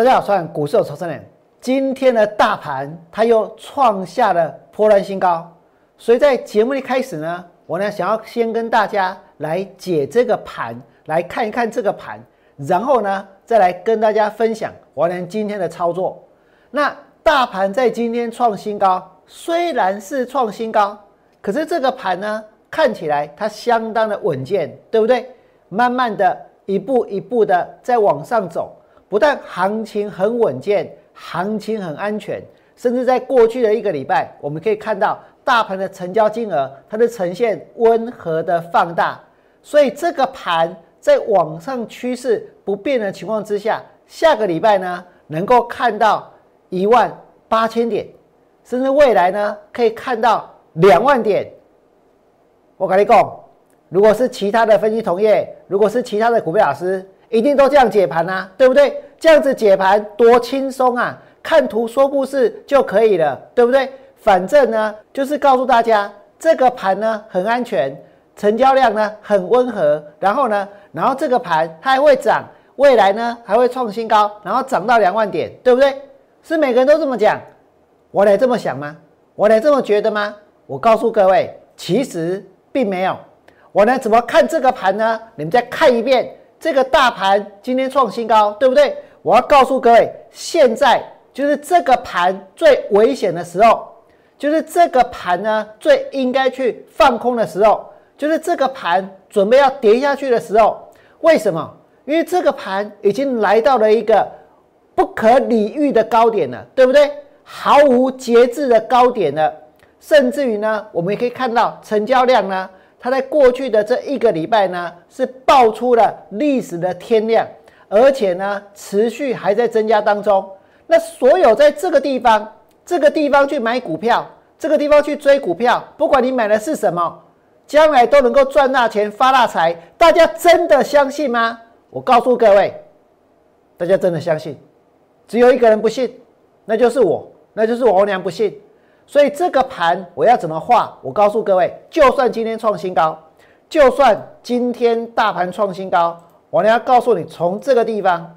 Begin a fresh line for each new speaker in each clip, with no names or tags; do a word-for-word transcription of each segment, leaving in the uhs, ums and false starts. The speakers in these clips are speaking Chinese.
大家好，我是股市有投资人。今天的大盘它又创下了波段新高，所以在节目一开始呢，我呢想要先跟大家来解这个盘，来看一看这个盘，然后呢再来跟大家分享我呢今天的操作。那大盘在今天创新高，虽然是创新高，可是这个盘呢看起来它相当的稳健，对不对？慢慢的一步一步的在往上走。不但行情很稳健，行情很安全，甚至在过去的一个礼拜，我们可以看到大盘的成交金额，它是呈现温和的放大。所以这个盘在往上趋势不变的情况之下，下个礼拜呢，能够看到一万八千点，甚至未来呢，可以看到两万点。我跟你讲，如果是其他的分析同业，如果是其他的股票老师，一定都这样解盘啊，对不对？这样子解盘多轻松啊，看图说故事就可以了，对不对？反正呢，就是告诉大家这个盘呢很安全，成交量呢很温和，然后呢，然后这个盘它还会涨，未来呢还会创新高，然后涨到两万点，对不对？是每个人都这么讲，我得这么想吗？我得这么觉得吗？我告诉各位，其实并没有。我呢怎么看这个盘呢？你们再看一遍。这个大盘今天创新高，对不对？我要告诉各位，现在就是这个盘最危险的时候，就是这个盘呢最应该去放空的时候，就是这个盘准备要跌下去的时候。为什么？因为这个盘已经来到了一个不可理喻的高点了，对不对？毫无节制的高点了，甚至于呢，我们也可以看到成交量呢。它在过去的这一个礼拜呢，是爆出了历史的天量，而且呢，持续还在增加当中。那所有在这个地方、这个地方去买股票，这个地方去追股票，不管你买的是什么，将来都能够赚大钱、发大财。大家真的相信吗？我告诉各位，大家真的相信，只有一个人不信，那就是我，那就是我娘不信。所以这个盘我要怎么画？我告诉各位，就算今天创新高，就算今天大盘创新高，我要告诉你，从这个地方，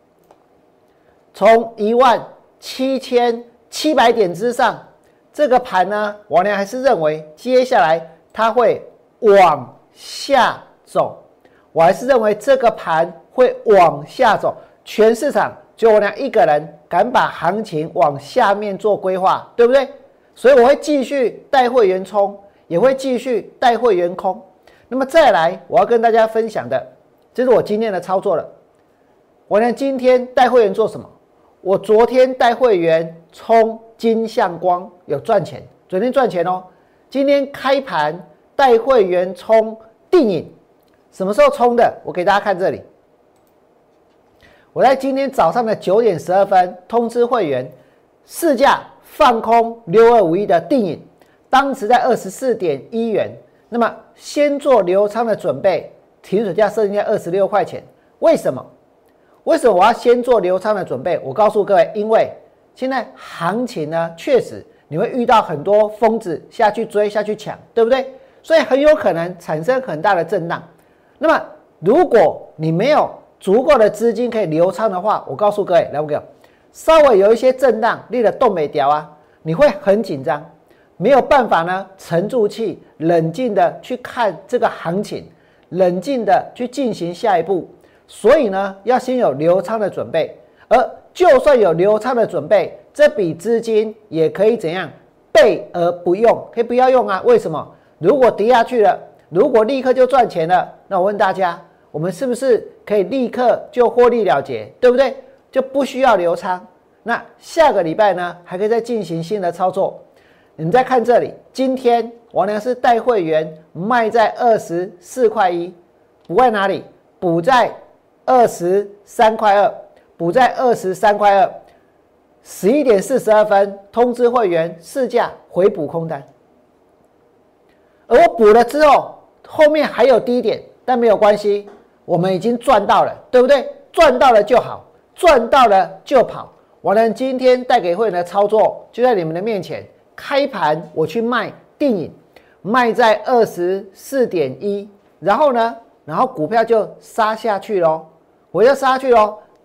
从一万七千七百点之上，这个盘呢，我呢还是认为接下来它会往下走，我还是认为这个盘会往下走，全市场就我娘一个人敢把行情往下面做规划，对不对？所以我会继续带会员冲，也会继续带会员空。那么再来，我要跟大家分享的，这是我今天的操作了。我呢今天带会员做什么？我昨天带会员冲金相光有赚钱，昨天赚钱哦。今天开盘带会员冲定影，什么时候冲的？我给大家看这里。我在今天早上的九点十二分通知会员市价。放空六二五一的定影，当时在二十四点一元，那么先做留仓的准备，停损价设定在二十六块钱。为什么？为什么我要先做留仓的准备？我告诉各位，因为现在行情呢，确实你会遇到很多疯子下去追下去抢，对不对？所以很有可能产生很大的震荡。那么如果你没有足够的资金可以留仓的话，我告诉各位，来不给？稍微有一些震荡，你的动没掉啊，你会很紧张，没有办法呢沉住气，冷静的去看这个行情，冷静的去进行下一步。所以呢，要先有留仓的准备，而就算有留仓的准备，这笔资金也可以怎样备而不用，可以不要用啊？为什么？如果跌下去了，如果立刻就赚钱了，那我问大家，我们是不是可以立刻就获利了结，对不对？就不需要留仓。那下个礼拜呢，还可以再进行新的操作。你们再看这里，今天我呢是带会员卖在二十四块一，补在哪里？补在二十三块二，补在二十三块二。十一点四十二分通知会员市价回补空单，而我补了之后，后面还有低点，但没有关系，我们已经赚到了，对不对？赚到了就好。赚到了就跑，我呢今天带给会员的操作就在你们的面前。开盘我去卖定影，卖在二十四点一，然后呢，然后股票就杀下去咯，我就杀下去咯，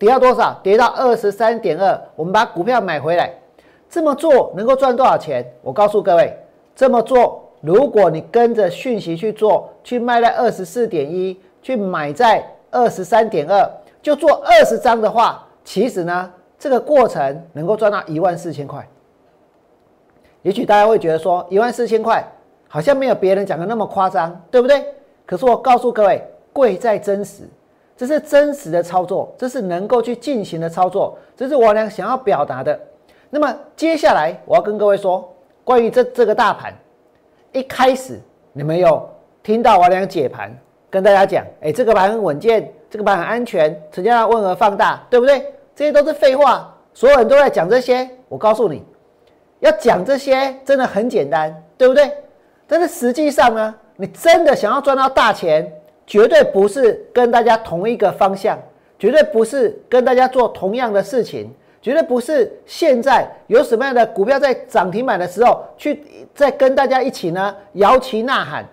跌到多少？跌到 二十三点二， 我们把股票买回来。这么做能够赚多少钱？我告诉各位，这么做如果你跟着讯息去做，去卖在 二十四点一， 去买在 二十三点二， 就做二十张的话，其实呢这个过程能够赚到一万四千块。也许大家会觉得说一万四千块好像没有别人讲的那么夸张，对不对？可是我告诉各位，贵在真实，这是真实的操作，这是能够去进行的操作，这是我俩想要表达的。那么接下来我要跟各位说，关于这这个大盘，一开始你们有听到我俩解盘，跟大家讲，哎，这个盘很稳健，这个盘很安全，成交量温和放大，对不对？这些都是废话，所有人都在讲这些。我告诉你，要讲这些真的很简单，对不对？但是实际上呢，你真的想要赚到大钱，绝对不是跟大家同一个方向，绝对不是跟大家做同样的事情，绝对不是现在有什么样的股票在涨停板的时候，去再跟大家一起呢摇旗呐喊。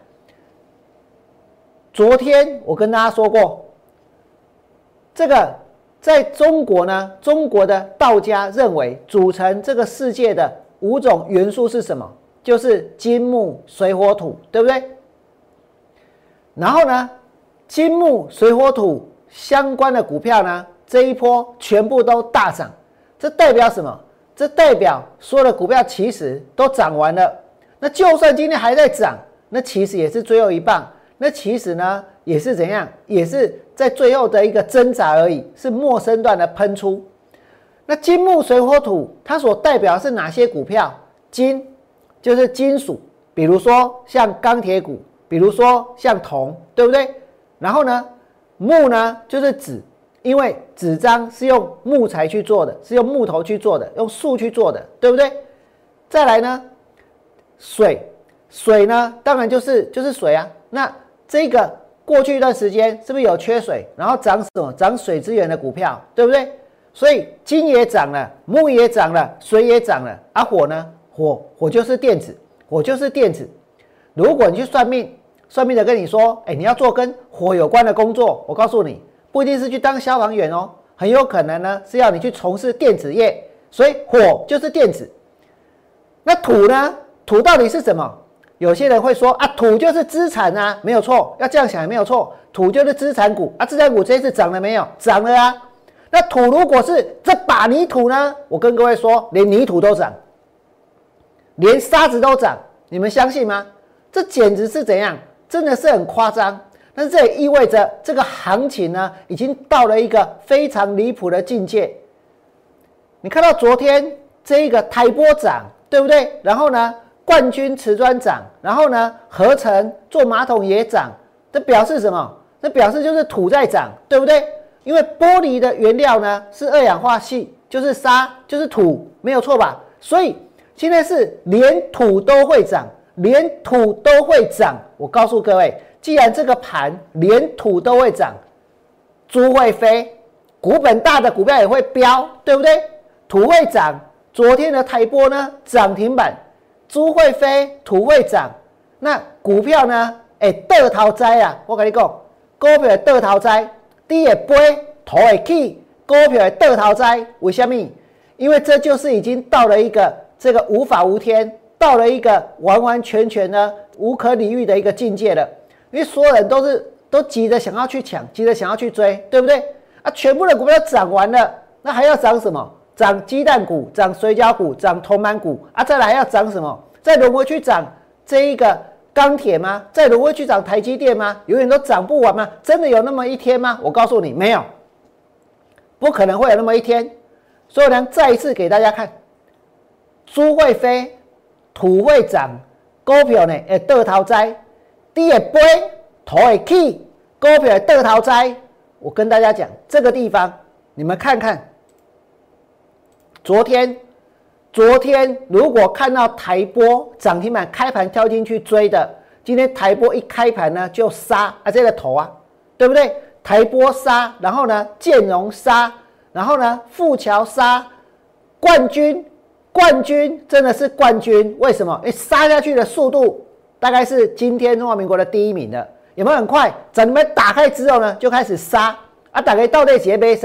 昨天我跟大家说过，这个在中国呢，中国的道家认为组成这个世界的五种元素是什么？就是金木水火土，对不对？然后呢，金木水火土相关的股票呢，这一波全部都大涨，这代表什么？这代表所有的股票其实都涨完了。那就算今天还在涨，那其实也是最后一棒，那其实呢也是怎样？也是在最后的一个挣扎而已，是末升段的喷出。那金木水火土它所代表的是哪些股票？金就是金属，比如说像钢铁股，比如说像铜，对不对？然后呢，木呢就是纸，因为纸张是用木材去做的，是用木头去做的，用树去做的，对不对？再来呢，水，水呢当然就是就是水啊。那这个过去一段时间是不是有缺水，然后涨什么？涨水资源的股票，对不对？所以金也涨了，木也涨了，水也涨了，啊火呢？火火就是电子，火就是电子。如果你去算命，算命的跟你说，哎，你要做跟火有关的工作，我告诉你，不一定是去当消防员哦，很有可能呢是要你去从事电子业。所以火就是电子。那土呢？土到底是什么？有些人会说啊，土就是资产啊，没有错，要这样想也没有错，土就是资产股啊。资产股这一次涨了没有？涨了啊。那土如果是这把泥土呢？我跟各位说，连泥土都涨，连沙子都涨，你们相信吗？这简直是怎样？真的是很夸张。但是这也意味着这个行情呢，已经到了一个非常离谱的境界。你看到昨天这一个台玻涨，对不对？然后呢，冠军瓷砖涨，然后呢，合成做马桶也涨，这表示什么？这表示就是土在涨，对不对？因为玻璃的原料呢是二氧化硒，就是沙，就是土，没有错吧？所以现在是连土都会涨，连土都会涨。我告诉各位，既然这个盘连土都会涨，猪会飞，股本大的股票也会飙，对不对？土会涨，昨天的台玻呢涨停板，猪会飞，土会涨，那股票呢？哎，得头灾啊！我跟你讲，股票的得头灾。低也飞，土会起，股票会倒头栽。为什么？因为这就是已经到了一个这个无法无天，到了一个完完全全呢无可理喻的一个境界了。因为所有人都是都急着想要去抢，急着想要去追，对不对？啊，全部的股票涨完了，那还要涨什么？涨鸡蛋股，涨水饺股，涨铜板股啊！再来还要涨什么？再轮回去涨这一个。钢铁吗？再轮回去涨台积电吗？永远都涨不完吗？真的有那么一天吗？我告诉你，没有，不可能会有那么一天。所以呢，再一次给大家看，猪会飞，土会涨，股票呢会倒头栽，低会飞，土会起，股票会倒头栽。我跟大家讲，这个地方你们看看，昨天。昨天如果看到台玻涨停板开盘跳进去追的，今天台玻一开盘呢就杀啊，这个头啊，对不对？台玻杀，然后呢建荣杀，然后呢富桥杀，冠军冠军真的是冠军，为什么？因为杀下去的速度大概是今天中华民国的第一名的，有没有很快？整门打开之后呢就开始杀啊，大家到底是在买啥？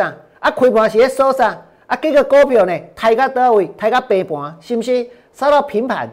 啊，开盘是咧收啥？啊，这个股票呢，抬到多位？抬到平盘，是不是？杀到平盘，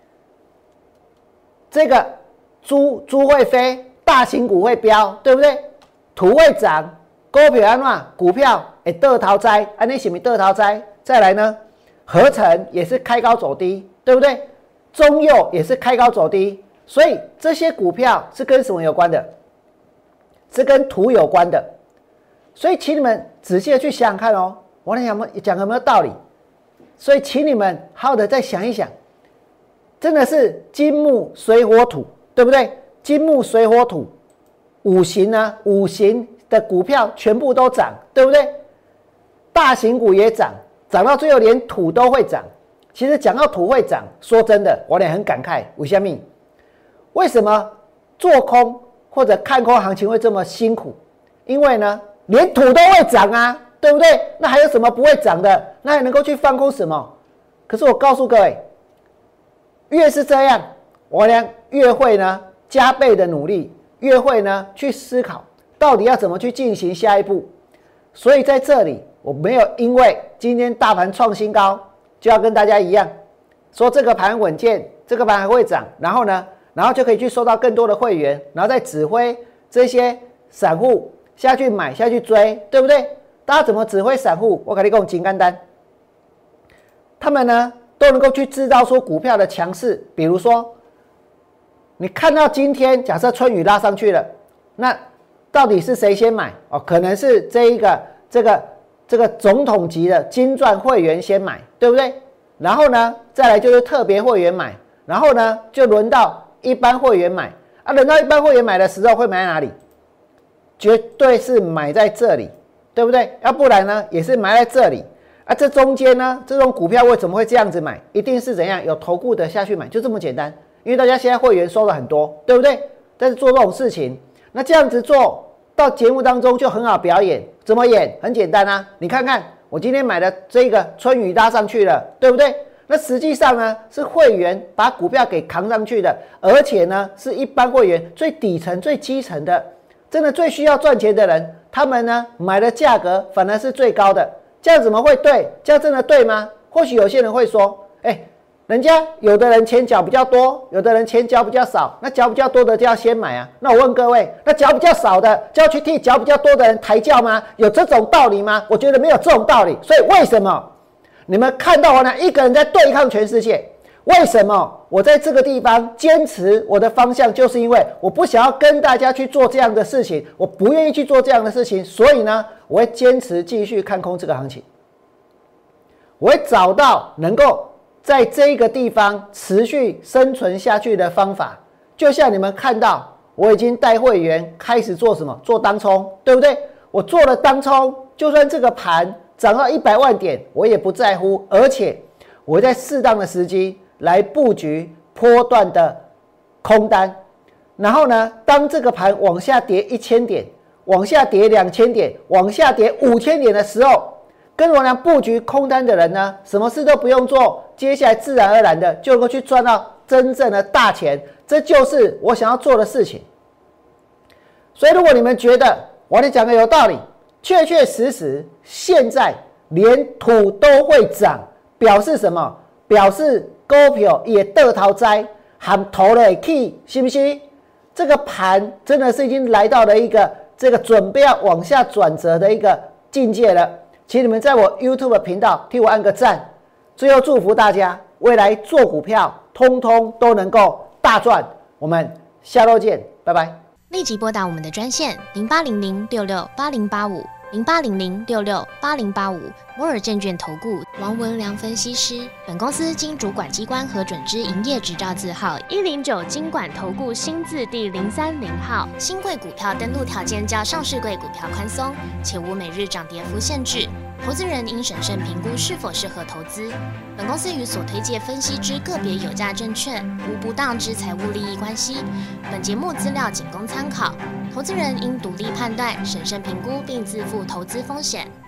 这个猪猪会飞，大型股会飙，对不对？土会涨，股票安怎？股票会倒头栽，安尼是不是倒头栽？再来呢，合成也是开高走低，对不对？中佑也是开高走低，所以这些股票是跟什么有关的？是跟土有关的。所以请你们仔细的去想想看哦，我讲有没有讲有没有道理？所以请你们好好的再想一想，真的是金木水火土，对不对？金木水火土五行呢，五行的股票全部都涨，对不对？大型股也涨，涨到最后连土都会涨。其实讲到土会涨，说真的，我也很感慨。为什么？为什么做空或者看空行情会这么辛苦？因为呢，连土都会涨啊，对不对？那还有什么不会涨的？那还能够去放空什么？可是我告诉各位，越是这样，我呢越会呢加倍的努力，越会呢去思考到底要怎么去进行下一步。所以在这里，我没有因为今天大盘创新高，就要跟大家一样，说这个盘稳健，这个盘还会涨，然后呢，然后就可以去收到更多的会员，然后再指挥这些散户下去买下去追，对不对？大家怎么指挥散户？我跟你讲，很简单，他们呢都能够去知道说股票的强势。比如说，你看到今天假设春雨拉上去了，那到底是谁先买？哦，可能是这一个这个这个总统级的金钻会员先买，对不对？然后呢，再来就是特别会员买，然后呢就轮到一般会员买啊。轮到一般会员买的时候会买在哪里？绝对是买在这里，对不对？要不然呢，也是买在这里啊。这中间呢，这种股票为什么会这样子买？一定是怎样有投顾的下去买，就这么简单。因为大家现在会员收了很多，对不对？但是做这种事情，那这样子做到节目当中就很好表演。怎么演？很简单啊，你看看我今天买的这个春雨拉上去了，对不对？那实际上呢，是会员把股票给扛上去的，而且呢，是一般会员最底层、最基层的。真的最需要赚钱的人，他们呢买的价格反而是最高的，这样怎么会对？这样真的对吗？或许有些人会说，哎，人家有的人钱缴比较多，有的人钱缴比较少，那缴比较多的就要先买啊。那我问各位，那缴比较少的就要去替缴比较多的人抬轿吗？有这种道理吗？我觉得没有这种道理。所以为什么你们看到我呢一个人在对抗全世界？为什么我在这个地方坚持我的方向？就是因为我不想要跟大家去做这样的事情，我不愿意去做这样的事情，所以呢，我会坚持继续看空这个行情。我会找到能够在这个地方持续生存下去的方法。就像你们看到，我已经带会员开始做什么？做当冲，对不对？我做了当冲，就算这个盘涨到一百万点，我也不在乎，而且我在适当的时机来布局波段的空单，然后呢，当这个盘往下跌一千点，往下跌两千点，往下跌五千点的时候，跟我俩布局空单的人呢，什么事都不用做，接下来自然而然的就能够去赚到真正的大钱，这就是我想要做的事情。所以，如果你们觉得我讲的有道理，确确实实，现在连土都会涨，表示什么？表示股票也倒头栽，含头了去，是不是？这个盘真的是已经来到了一个这个准备要往下转折的一个境界了。请你们在我 YouTube 频道替我按个赞。最后祝福大家未来做股票，通通都能够大赚。我们下周见，拜拜。
立即拨打我们的专线零八零零六六八零八五零八零零六六八零八五摩尔证券投顾王文良分析师。本公司经主管机关核准之营业执照字号一零九金管投顾新字第零三零号。新贵股票登录条件较上市贵股票宽松，且无每日涨跌幅限制。投资人应审慎评估是否适合投资。本公司与所推介分析之个别有价证券无不当之财务利益关系。本节目资料仅供参考，投资人应独立判断、审慎评估并自负投资风险。